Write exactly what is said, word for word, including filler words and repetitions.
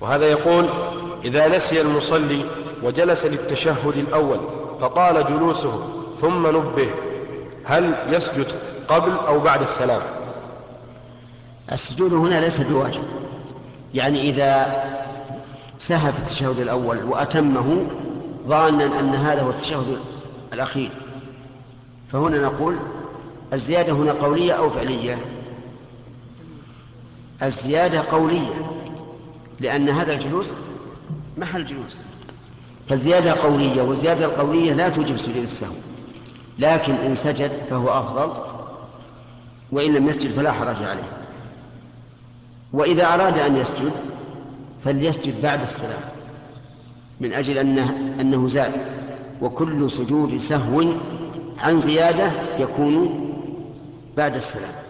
وهذا يقول: إذا نسي المصلي وجلس للتشهد الأول فطال جلوسه ثم نبه، هل يسجد قبل أو بعد السلام؟ السجود هنا ليس بواجب، يعني إذا سهى في التشهد الأول وأتمه ظانا أن هذا هو التشهد الأخير، فهنا نقول الزيادة هنا قولية أو فعلية؟ الزيادة قولية، لأن هذا الجلوس محل جلوس، فالزيادة قولية، والزيادة القولية لا توجب سجود السهو، لكن إن سجد فهو أفضل، وإن لم يسجد فلا حرج عليه. وإذا أراد أن يسجد فليسجد بعد السلام، من أجل أنه, أنه زاد، وكل سجود سهو عن زيادة يكون بعد السلام.